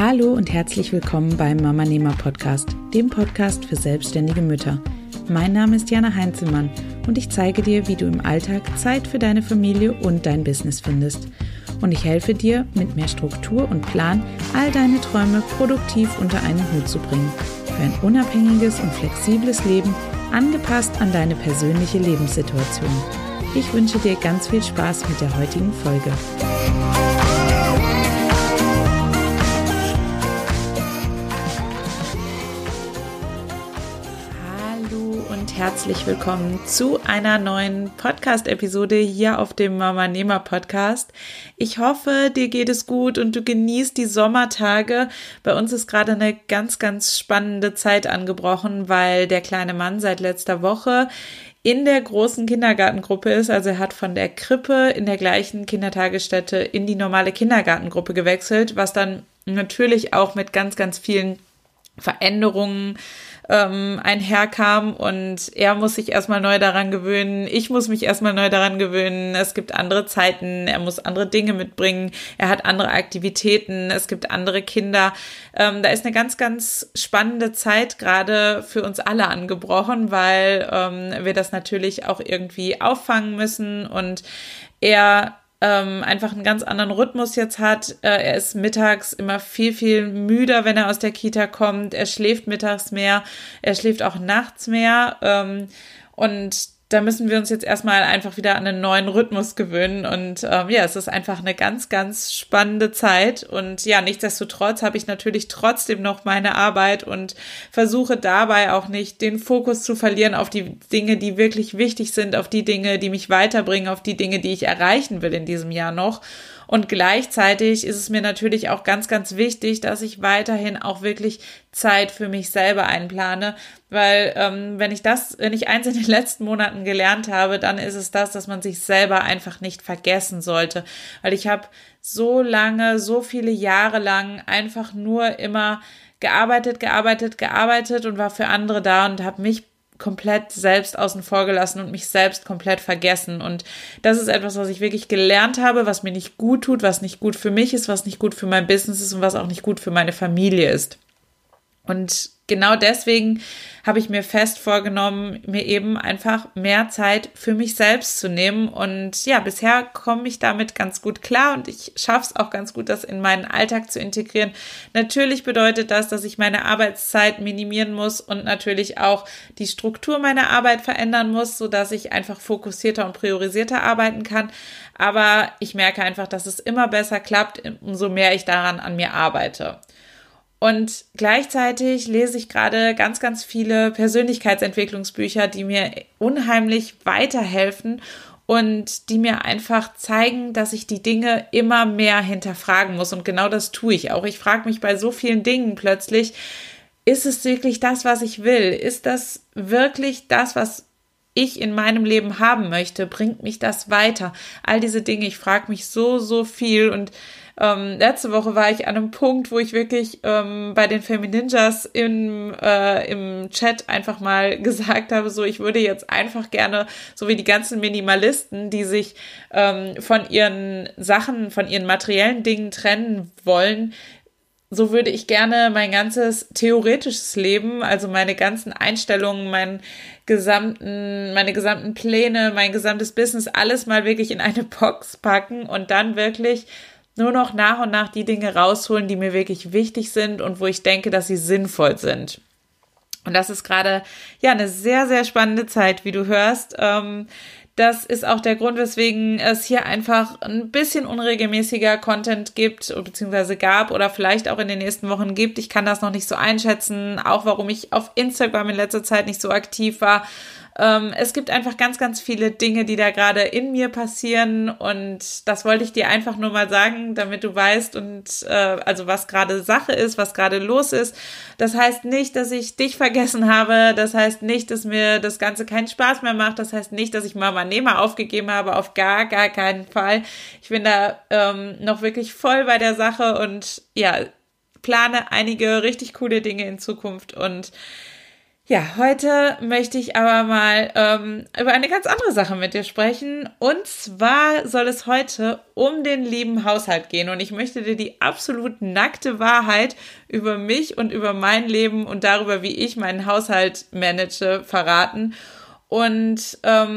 Hallo und herzlich willkommen beim Mamanehmer Podcast, dem Podcast für selbstständige Mütter. Mein Name ist Jana Heinzelmann und ich zeige dir, wie du im Alltag Zeit für deine Familie und dein Business findest. Und ich helfe dir, mit mehr Struktur und Plan all deine Träume produktiv unter einen Hut zu bringen. Für ein unabhängiges und flexibles Leben, angepasst an deine persönliche Lebenssituation. Ich wünsche dir ganz viel Spaß mit der heutigen Folge. Herzlich willkommen zu einer neuen Podcast-Episode hier auf dem Mamanehmer Podcast. Ich hoffe, dir geht es gut und du genießt die Sommertage. Bei uns ist gerade eine ganz, ganz spannende Zeit angebrochen, weil der kleine Mann seit letzter Woche in der großen Kindergartengruppe ist. Also er hat von der Krippe in der gleichen Kindertagesstätte in die normale Kindergartengruppe gewechselt, was dann natürlich auch mit ganz, ganz vielen Veränderungen einherkam und er muss sich erstmal neu daran gewöhnen, ich muss mich erstmal neu daran gewöhnen, es gibt andere Zeiten, er muss andere Dinge mitbringen, er hat andere Aktivitäten, es gibt andere Kinder, da ist eine ganz, ganz spannende Zeit gerade für uns alle angebrochen, weil wir das natürlich auch irgendwie auffangen müssen und er einfach einen ganz anderen Rhythmus jetzt hat. Er ist mittags immer viel, viel müder, wenn er aus der Kita kommt. Er schläft mittags mehr, er schläft auch nachts mehr. Und da müssen wir uns jetzt erstmal einfach wieder an einen neuen Rhythmus gewöhnen. Und es ist einfach eine ganz, ganz spannende Zeit. Und ja, nichtsdestotrotz habe ich natürlich trotzdem noch meine Arbeit und versuche dabei auch nicht den Fokus zu verlieren auf die Dinge, die wirklich wichtig sind, auf die Dinge, die mich weiterbringen, auf die Dinge, die ich erreichen will in diesem Jahr noch. Und gleichzeitig ist es mir natürlich auch ganz, ganz wichtig, dass ich weiterhin auch wirklich Zeit für mich selber einplane, weil wenn ich eins in den letzten Monaten gelernt habe, dann ist es das, dass man sich selber einfach nicht vergessen sollte, weil ich habe so viele Jahre lang einfach nur immer gearbeitet und war für andere da und habe mich komplett selbst außen vor gelassen und mich selbst komplett vergessen. Und das ist etwas, was ich wirklich gelernt habe, was mir nicht gut tut, was nicht gut für mich ist, was nicht gut für mein Business ist und was auch nicht gut für meine Familie ist. Und genau deswegen habe ich mir fest vorgenommen, mir eben einfach mehr Zeit für mich selbst zu nehmen. Und ja, bisher komme ich damit ganz gut klar und ich schaffe es auch ganz gut, das in meinen Alltag zu integrieren. Natürlich bedeutet das, dass ich meine Arbeitszeit minimieren muss und natürlich auch die Struktur meiner Arbeit verändern muss, sodass ich einfach fokussierter und priorisierter arbeiten kann. Aber ich merke einfach, dass es immer besser klappt, umso mehr ich daran an mir arbeite. Und gleichzeitig lese ich gerade ganz, ganz viele Persönlichkeitsentwicklungsbücher, die mir unheimlich weiterhelfen und die mir einfach zeigen, dass ich die Dinge immer mehr hinterfragen muss. Und genau das tue ich auch. Ich frage mich bei so vielen Dingen plötzlich, ist es wirklich das, was ich will? Ist das wirklich das, was ich in meinem Leben haben möchte? Bringt mich das weiter? All diese Dinge, ich frage mich so viel und letzte Woche war ich an einem Punkt, wo ich wirklich bei den Femininjas im Chat einfach mal gesagt habe, so ich würde jetzt einfach gerne, so wie die ganzen Minimalisten, die sich von ihren Sachen, von ihren materiellen Dingen trennen wollen, so würde ich gerne mein ganzes theoretisches Leben, also meine ganzen Einstellungen, meine gesamten Pläne, mein gesamtes Business, alles mal wirklich in eine Box packen und dann wirklich nur noch nach und nach die Dinge rausholen, die mir wirklich wichtig sind und wo ich denke, dass sie sinnvoll sind. Und das ist gerade ja eine sehr, sehr spannende Zeit, wie du hörst. Das ist auch der Grund, weswegen es hier einfach ein bisschen unregelmäßiger Content gibt, beziehungsweise gab oder vielleicht auch in den nächsten Wochen gibt. Ich kann das noch nicht so einschätzen, auch warum ich auf Instagram in letzter Zeit nicht so aktiv war. Es gibt einfach ganz, ganz viele Dinge, die da gerade in mir passieren und das wollte ich dir einfach nur mal sagen, damit du weißt und also was gerade Sache ist, was gerade los ist. Das heißt nicht, dass ich dich vergessen habe, das heißt nicht, dass mir das Ganze keinen Spaß mehr macht, das heißt nicht, dass ich Mamanehmer aufgegeben habe, auf gar keinen Fall. Ich bin da noch wirklich voll bei der Sache und ja, plane einige richtig coole Dinge in Zukunft und Ja, heute möchte ich aber mal über eine ganz andere Sache mit dir sprechen. Und zwar soll es heute um den lieben Haushalt gehen. Und ich möchte dir die absolut nackte Wahrheit über mich und über mein Leben und darüber, wie ich meinen Haushalt manage, verraten. Und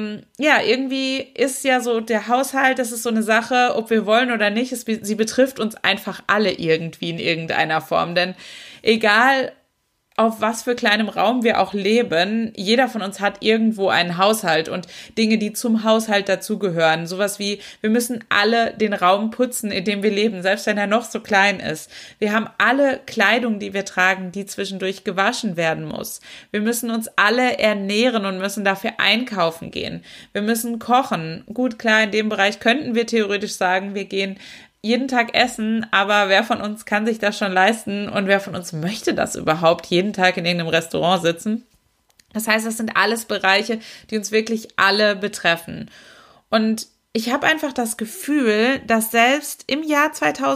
irgendwie ist ja so der Haushalt, das ist so eine Sache, ob wir wollen oder nicht, sie betrifft uns einfach alle irgendwie in irgendeiner Form. Denn egal auf was für kleinem Raum wir auch leben, jeder von uns hat irgendwo einen Haushalt und Dinge, die zum Haushalt dazugehören. Sowas wie, wir müssen alle den Raum putzen, in dem wir leben, selbst wenn er noch so klein ist. Wir haben alle Kleidung, die wir tragen, die zwischendurch gewaschen werden muss. Wir müssen uns alle ernähren und müssen dafür einkaufen gehen. Wir müssen kochen. Gut, klar, in dem Bereich könnten wir theoretisch sagen, wir gehen jeden Tag essen, aber wer von uns kann sich das schon leisten und wer von uns möchte das überhaupt, jeden Tag in irgendeinem Restaurant sitzen? Das heißt, das sind alles Bereiche, die uns wirklich alle betreffen. Und ich habe einfach das Gefühl, dass selbst im Jahr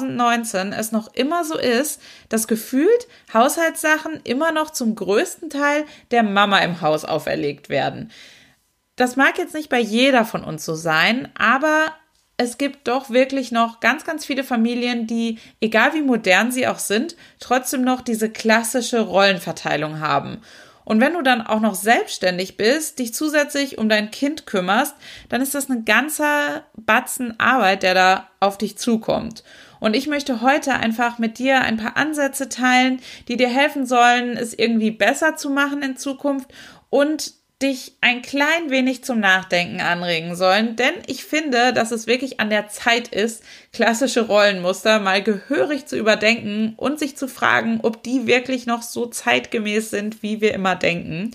2019 es noch immer so ist, dass gefühlt Haushaltssachen immer noch zum größten Teil der Mama im Haus auferlegt werden. Das mag jetzt nicht bei jeder von uns so sein, aber es gibt doch wirklich noch ganz, ganz viele Familien, die, egal wie modern sie auch sind, trotzdem noch diese klassische Rollenverteilung haben. Und wenn du dann auch noch selbstständig bist, dich zusätzlich um dein Kind kümmerst, dann ist das ein ganzer Batzen Arbeit, der da auf dich zukommt. Und ich möchte heute einfach mit dir ein paar Ansätze teilen, die dir helfen sollen, es irgendwie besser zu machen in Zukunft und dich ein klein wenig zum Nachdenken anregen sollen, denn ich finde, dass es wirklich an der Zeit ist, klassische Rollenmuster mal gehörig zu überdenken und sich zu fragen, ob die wirklich noch so zeitgemäß sind, wie wir immer denken.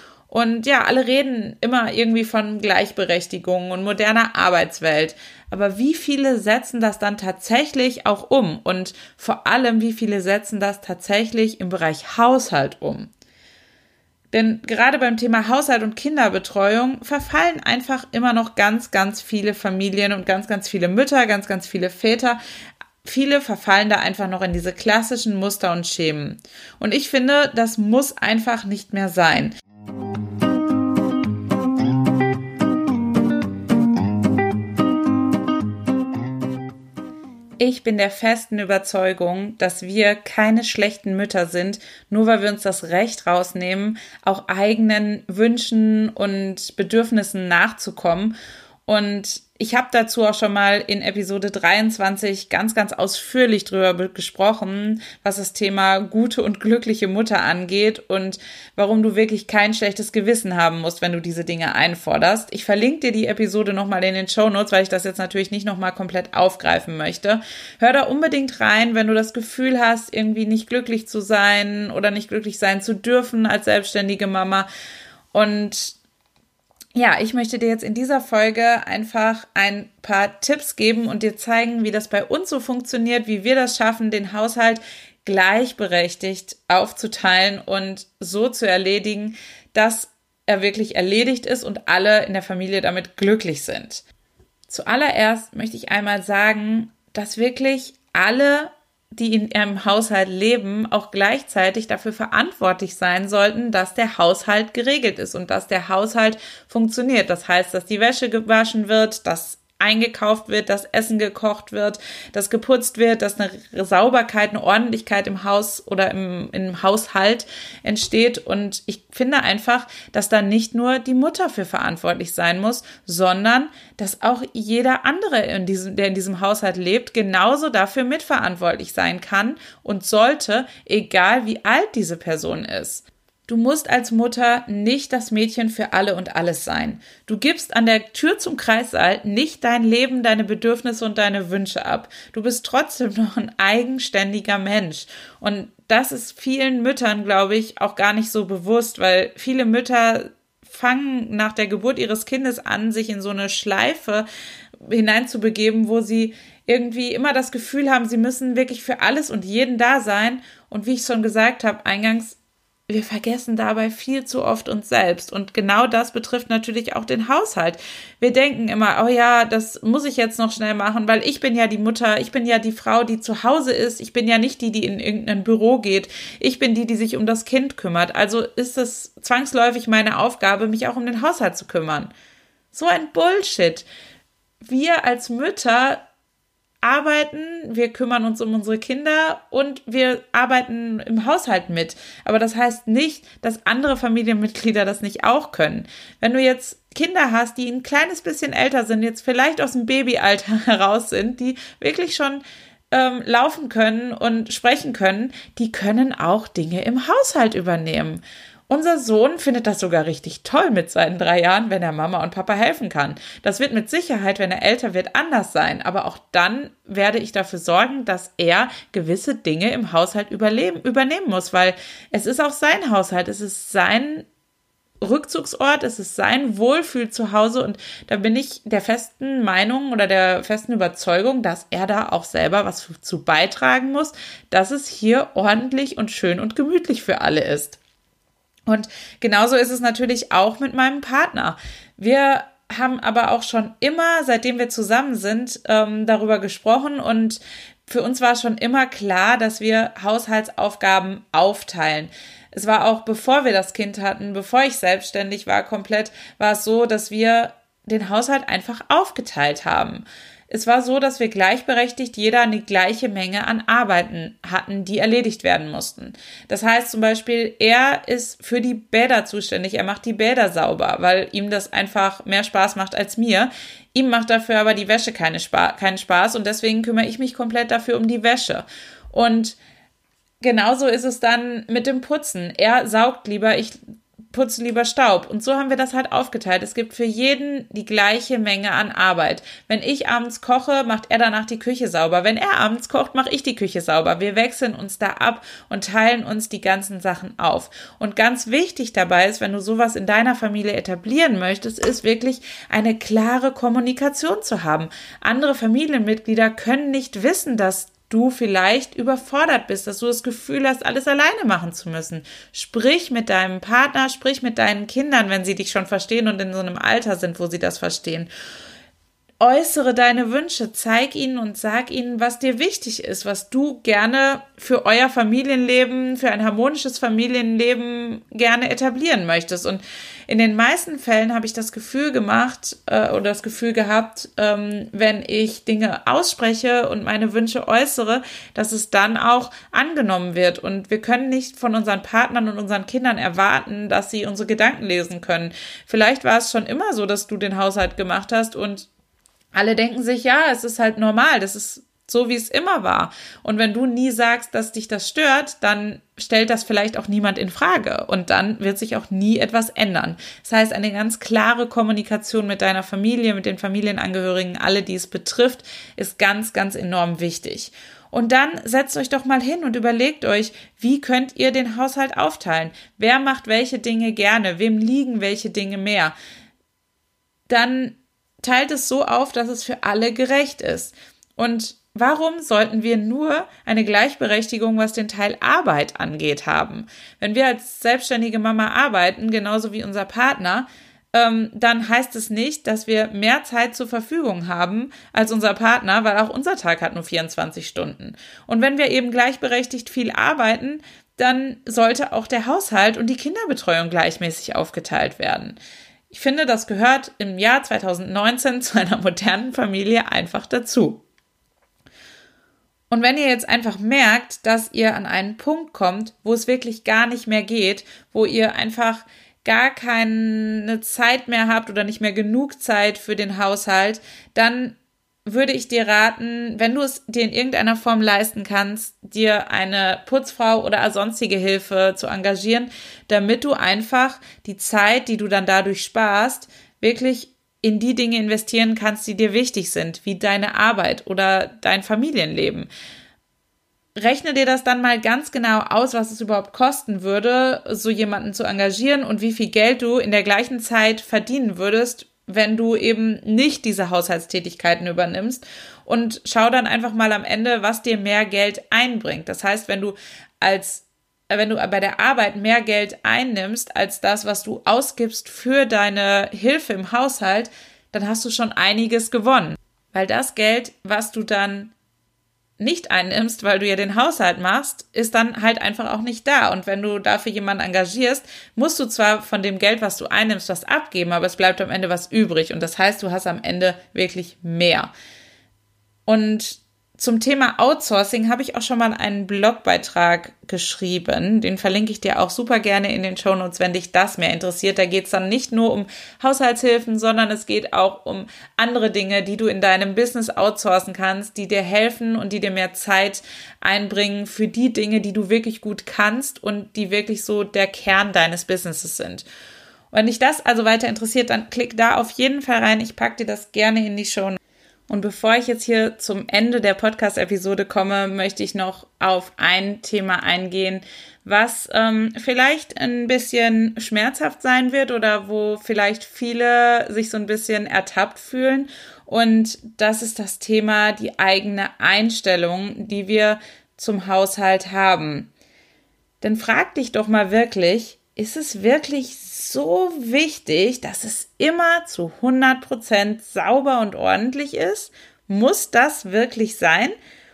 Und ja, alle reden immer irgendwie von Gleichberechtigung und moderner Arbeitswelt. Aber wie viele setzen das dann tatsächlich auch um? Und vor allem, wie viele setzen das tatsächlich im Bereich Haushalt um? Denn gerade beim Thema Haushalt und Kinderbetreuung verfallen einfach immer noch ganz, ganz viele Familien und ganz, ganz viele Mütter, ganz, ganz viele Väter. Viele verfallen da einfach noch in diese klassischen Muster und Schemen. Und ich finde, das muss einfach nicht mehr sein. Ich bin der festen Überzeugung, dass wir keine schlechten Mütter sind, nur weil wir uns das Recht rausnehmen, auch eigenen Wünschen und Bedürfnissen nachzukommen. Und ich habe dazu auch schon mal in Episode 23 ganz, ganz ausführlich drüber gesprochen, was das Thema gute und glückliche Mutter angeht und warum du wirklich kein schlechtes Gewissen haben musst, wenn du diese Dinge einforderst. Ich verlinke dir die Episode nochmal in den Shownotes, weil ich das jetzt natürlich nicht nochmal komplett aufgreifen möchte. Hör da unbedingt rein, wenn du das Gefühl hast, irgendwie nicht glücklich zu sein oder nicht glücklich sein zu dürfen als selbstständige Mama. Und ja, ich möchte dir jetzt in dieser Folge einfach ein paar Tipps geben und dir zeigen, wie das bei uns so funktioniert, wie wir das schaffen, den Haushalt gleichberechtigt aufzuteilen und so zu erledigen, dass er wirklich erledigt ist und alle in der Familie damit glücklich sind. Zuallererst möchte ich einmal sagen, dass wirklich alle, die in einem Haushalt leben, auch gleichzeitig dafür verantwortlich sein sollten, dass der Haushalt geregelt ist und dass der Haushalt funktioniert. Das heißt, dass die Wäsche gewaschen wird, dass eingekauft wird, dass Essen gekocht wird, dass geputzt wird, dass eine Sauberkeit, eine Ordentlichkeit im Haus oder im Haushalt entsteht. Und ich finde einfach, dass da nicht nur die Mutter für verantwortlich sein muss, sondern dass auch jeder andere, der in diesem Haushalt lebt, genauso dafür mitverantwortlich sein kann und sollte, egal wie alt diese Person ist. Du musst als Mutter nicht das Mädchen für alle und alles sein. Du gibst an der Tür zum Kreissaal nicht dein Leben, deine Bedürfnisse und deine Wünsche ab. Du bist trotzdem noch ein eigenständiger Mensch. Und das ist vielen Müttern, glaube ich, auch gar nicht so bewusst, weil viele Mütter fangen nach der Geburt ihres Kindes an, sich in so eine Schleife hineinzubegeben, wo sie irgendwie immer das Gefühl haben, sie müssen wirklich für alles und jeden da sein. Und wie ich schon gesagt habe eingangs, wir vergessen dabei viel zu oft uns selbst. Und genau das betrifft natürlich auch den Haushalt. Wir denken immer, oh ja, das muss ich jetzt noch schnell machen, weil ich bin ja die Mutter, ich bin ja die Frau, die zu Hause ist. Ich bin ja nicht die, die in irgendein Büro geht. Ich bin die, die sich um das Kind kümmert. Also ist es zwangsläufig meine Aufgabe, mich auch um den Haushalt zu kümmern. So ein Bullshit. Wir als Mütter arbeiten, wir kümmern uns um unsere Kinder und wir arbeiten im Haushalt mit. Aber das heißt nicht, dass andere Familienmitglieder das nicht auch können. Wenn du jetzt Kinder hast, die ein kleines bisschen älter sind, jetzt vielleicht aus dem Babyalter heraus sind, die wirklich schon laufen können und sprechen können, die können auch Dinge im Haushalt übernehmen. Unser Sohn findet das sogar richtig toll mit seinen 3 Jahren, wenn er Mama und Papa helfen kann. Das wird mit Sicherheit, wenn er älter wird, anders sein. Aber auch dann werde ich dafür sorgen, dass er gewisse Dinge im Haushalt übernehmen muss, weil es ist auch sein Haushalt, es ist sein Rückzugsort, es ist sein Wohlfühl zu Hause und da bin ich der festen Meinung oder der festen Überzeugung, dass er da auch selber was zu beitragen muss, dass es hier ordentlich und schön und gemütlich für alle ist. Und genauso ist es natürlich auch mit meinem Partner. Wir haben aber auch schon immer, seitdem wir zusammen sind, darüber gesprochen und für uns war schon immer klar, dass wir Haushaltsaufgaben aufteilen. Es war auch, bevor wir das Kind hatten, bevor ich selbstständig war komplett, war es so, dass wir den Haushalt einfach aufgeteilt haben. Es war so, dass wir gleichberechtigt jeder eine gleiche Menge an Arbeiten hatten, die erledigt werden mussten. Das heißt zum Beispiel, er ist für die Bäder zuständig, er macht die Bäder sauber, weil ihm das einfach mehr Spaß macht als mir. Ihm macht dafür aber die Wäsche keinen Spaß und deswegen kümmere ich mich komplett dafür um die Wäsche. Und genauso ist es dann mit dem Putzen. Er saugt lieber, ich putze lieber Staub. Und so haben wir das halt aufgeteilt. Es gibt für jeden die gleiche Menge an Arbeit. Wenn ich abends koche, macht er danach die Küche sauber. Wenn er abends kocht, mache ich die Küche sauber. Wir wechseln uns da ab und teilen uns die ganzen Sachen auf. Und ganz wichtig dabei ist, wenn du sowas in deiner Familie etablieren möchtest, ist wirklich eine klare Kommunikation zu haben. Andere Familienmitglieder können nicht wissen, dass du vielleicht überfordert bist, dass du das Gefühl hast, alles alleine machen zu müssen. Sprich mit deinem Partner, sprich mit deinen Kindern, wenn sie dich schon verstehen und in so einem Alter sind, wo sie das verstehen. Äußere deine Wünsche, zeig ihnen und sag ihnen, was dir wichtig ist, was du gerne für euer Familienleben, für ein harmonisches Familienleben gerne etablieren möchtest. Und in den meisten Fällen habe ich das Gefühl gehabt, wenn ich Dinge ausspreche und meine Wünsche äußere, dass es dann auch angenommen wird. Und wir können nicht von unseren Partnern und unseren Kindern erwarten, dass sie unsere Gedanken lesen können. Vielleicht war es schon immer so, dass du den Haushalt gemacht hast und alle denken sich, ja, es ist halt normal, das ist so, wie es immer war. Und wenn du nie sagst, dass dich das stört, dann stellt das vielleicht auch niemand in Frage. Und dann wird sich auch nie etwas ändern. Das heißt, eine ganz klare Kommunikation mit deiner Familie, mit den Familienangehörigen, alle, die es betrifft, ist ganz, ganz enorm wichtig. Und dann setzt euch doch mal hin und überlegt euch, wie könnt ihr den Haushalt aufteilen? Wer macht welche Dinge gerne? Wem liegen welche Dinge mehr? Dann teilt es so auf, dass es für alle gerecht ist. Und warum sollten wir nur eine Gleichberechtigung, was den Teil Arbeit angeht, haben? Wenn wir als selbstständige Mama arbeiten, genauso wie unser Partner, dann heißt es nicht, dass wir mehr Zeit zur Verfügung haben als unser Partner, weil auch unser Tag hat nur 24 Stunden. Und wenn wir eben gleichberechtigt viel arbeiten, dann sollte auch der Haushalt und die Kinderbetreuung gleichmäßig aufgeteilt werden. Ich finde, das gehört im Jahr 2019 zu einer modernen Familie einfach dazu. Und wenn ihr jetzt einfach merkt, dass ihr an einen Punkt kommt, wo es wirklich gar nicht mehr geht, wo ihr einfach gar keine Zeit mehr habt oder nicht mehr genug Zeit für den Haushalt, dann würde ich dir raten, wenn du es dir in irgendeiner Form leisten kannst, dir eine Putzfrau oder sonstige Hilfe zu engagieren, damit du einfach die Zeit, die du dann dadurch sparst, wirklich in die Dinge investieren kannst, die dir wichtig sind, wie deine Arbeit oder dein Familienleben. Rechne dir das dann mal ganz genau aus, was es überhaupt kosten würde, so jemanden zu engagieren und wie viel Geld du in der gleichen Zeit verdienen würdest, wenn du eben nicht diese Haushaltstätigkeiten übernimmst, und schau dann einfach mal am Ende, was dir mehr Geld einbringt. Das heißt, wenn du als wenn du bei der Arbeit mehr Geld einnimmst als das, was du ausgibst für deine Hilfe im Haushalt, dann hast du schon einiges gewonnen. Weil das Geld, was du dann nicht einnimmst, weil du ja den Haushalt machst, ist dann halt einfach auch nicht da. Und wenn du dafür jemanden engagierst, musst du zwar von dem Geld, was du einnimmst, was abgeben, aber es bleibt am Ende was übrig. Und das heißt, du hast am Ende wirklich mehr. Und zum Thema Outsourcing habe ich auch schon mal einen Blogbeitrag geschrieben. Den verlinke ich dir auch super gerne in den Shownotes, wenn dich das mehr interessiert. Da geht es dann nicht nur um Haushaltshilfen, sondern es geht auch um andere Dinge, die du in deinem Business outsourcen kannst, die dir helfen und die dir mehr Zeit einbringen für die Dinge, die du wirklich gut kannst und die wirklich so der Kern deines Businesses sind. Und wenn dich das also weiter interessiert, dann klick da auf jeden Fall rein. Ich packe dir das gerne in die Shownotes. Und bevor ich jetzt hier zum Ende der Podcast-Episode komme, möchte ich noch auf ein Thema eingehen, was vielleicht ein bisschen schmerzhaft sein wird oder wo vielleicht viele sich so ein bisschen ertappt fühlen. Und das ist das Thema die eigene Einstellung, die wir zum Haushalt haben. Denn frag dich doch mal wirklich, ist es wirklich so wichtig, dass es immer zu 100% sauber und ordentlich ist? Muss das wirklich sein?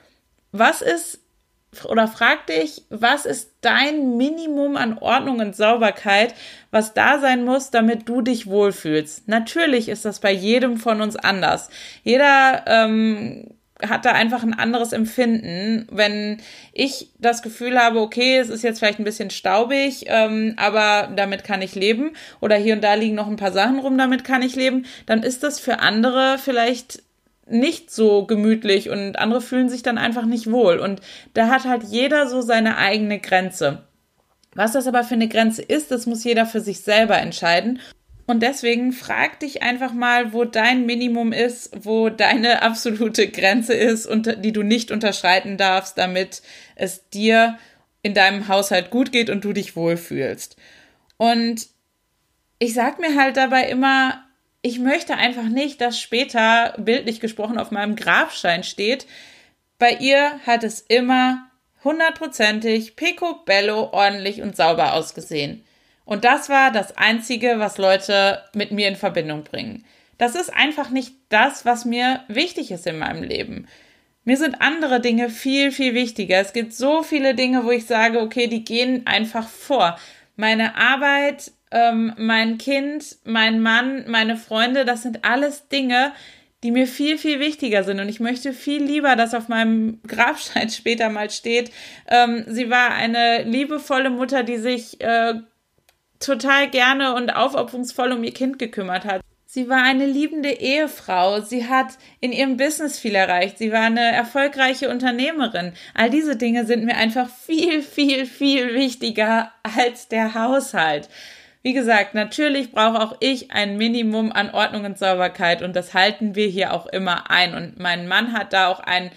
Frag dich, was ist dein Minimum an Ordnung und Sauberkeit, was da sein muss, damit du dich wohlfühlst? Natürlich ist das bei jedem von uns anders. Jeder hat da einfach ein anderes Empfinden. Wenn ich das Gefühl habe, okay, es ist jetzt vielleicht ein bisschen staubig, aber damit kann ich leben oder hier und da liegen noch ein paar Sachen rum, damit kann ich leben, dann ist das für andere vielleicht nicht so gemütlich und andere fühlen sich dann einfach nicht wohl. Und da hat halt jeder so seine eigene Grenze. Was das aber für eine Grenze ist, das muss jeder für sich selber entscheiden. Und deswegen frag dich einfach mal, wo dein Minimum ist, wo deine absolute Grenze ist und die du nicht unterschreiten darfst, damit es dir in deinem Haushalt gut geht und du dich wohlfühlst. Und ich sag mir halt dabei immer, ich möchte einfach nicht, dass später, bildlich gesprochen, auf meinem Grabstein steht, bei ihr hat es immer 100%ig picobello ordentlich und sauber ausgesehen. Und das war das Einzige, was Leute mit mir in Verbindung bringen. Das ist einfach nicht das, was mir wichtig ist in meinem Leben. Mir sind andere Dinge viel, viel wichtiger. Es gibt so viele Dinge, wo ich sage, okay, die gehen einfach vor. Meine Arbeit, mein Kind, mein Mann, meine Freunde, das sind alles Dinge, die mir viel, viel wichtiger sind. Und ich möchte viel lieber, dass auf meinem Grabstein später mal steht, sie war eine liebevolle Mutter, die sich total gerne und aufopferungsvoll um ihr Kind gekümmert hat. Sie war eine liebende Ehefrau. Sie hat in ihrem Business viel erreicht. Sie war eine erfolgreiche Unternehmerin. All diese Dinge sind mir einfach viel, viel, viel wichtiger als der Haushalt. Wie gesagt, natürlich brauche auch ich ein Minimum an Ordnung und Sauberkeit und das halten wir hier auch immer ein. Und mein Mann hat da auch ein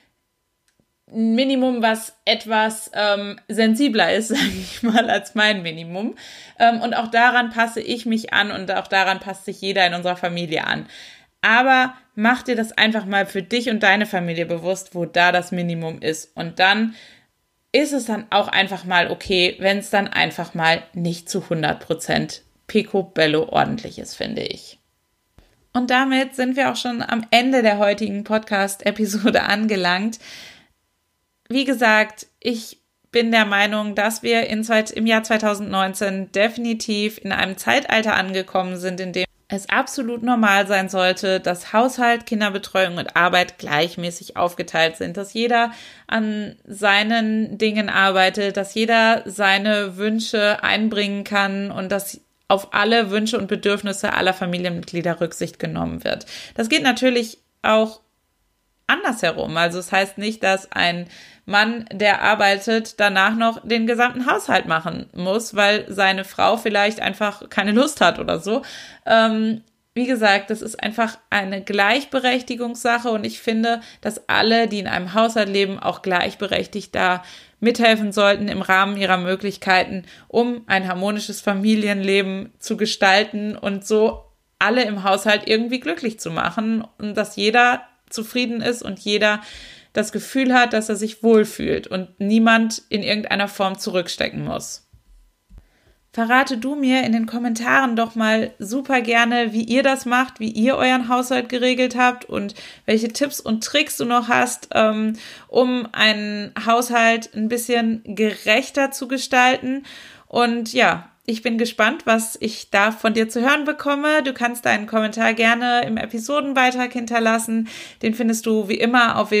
Minimum, was etwas sensibler ist, sage ich mal, als mein Minimum. Und auch daran passe ich mich an und auch daran passt sich jeder in unserer Familie an. Aber mach dir das einfach mal für dich und deine Familie bewusst, wo da das Minimum ist. Und dann ist es dann auch einfach mal okay, wenn es dann einfach mal nicht zu 100% picobello ordentlich ist, finde ich. Und damit sind wir auch schon am Ende der heutigen Podcast-Episode angelangt. Wie gesagt, ich bin der Meinung, dass wir im Jahr 2019 definitiv in einem Zeitalter angekommen sind, in dem es absolut normal sein sollte, dass Haushalt, Kinderbetreuung und Arbeit gleichmäßig aufgeteilt sind, dass jeder an seinen Dingen arbeitet, dass jeder seine Wünsche einbringen kann und dass auf alle Wünsche und Bedürfnisse aller Familienmitglieder Rücksicht genommen wird. Das geht natürlich auch andersherum. Also es heißt nicht, dass ein Mann, der arbeitet, danach noch den gesamten Haushalt machen muss, weil seine Frau vielleicht einfach keine Lust hat oder so. Wie gesagt, das ist einfach eine Gleichberechtigungssache und ich finde, dass alle, die in einem Haushalt leben, auch gleichberechtigt da mithelfen sollten im Rahmen ihrer Möglichkeiten, um ein harmonisches Familienleben zu gestalten und so alle im Haushalt irgendwie glücklich zu machen und dass jeder zufrieden ist und jeder das Gefühl hat, dass er sich wohlfühlt und niemand in irgendeiner Form zurückstecken muss. Verrate du mir in den Kommentaren doch mal super gerne, wie ihr das macht, wie ihr euren Haushalt geregelt habt und welche Tipps und Tricks du noch hast, um einen Haushalt ein bisschen gerechter zu gestalten. Und ja, ich bin gespannt, was ich da von dir zu hören bekomme. Du kannst deinen Kommentar gerne im Episodenbeitrag hinterlassen. Den findest du wie immer auf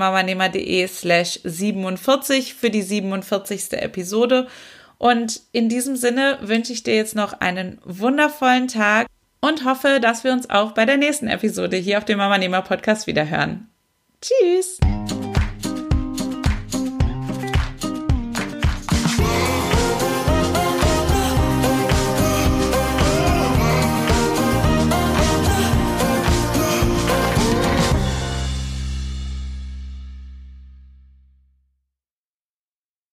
www.mamanehmer.de/47 für die 47. Episode. Und in diesem Sinne wünsche ich dir jetzt noch einen wundervollen Tag und hoffe, dass wir uns auch bei der nächsten Episode hier auf dem Mama Nehmer Podcast wiederhören. Tschüss!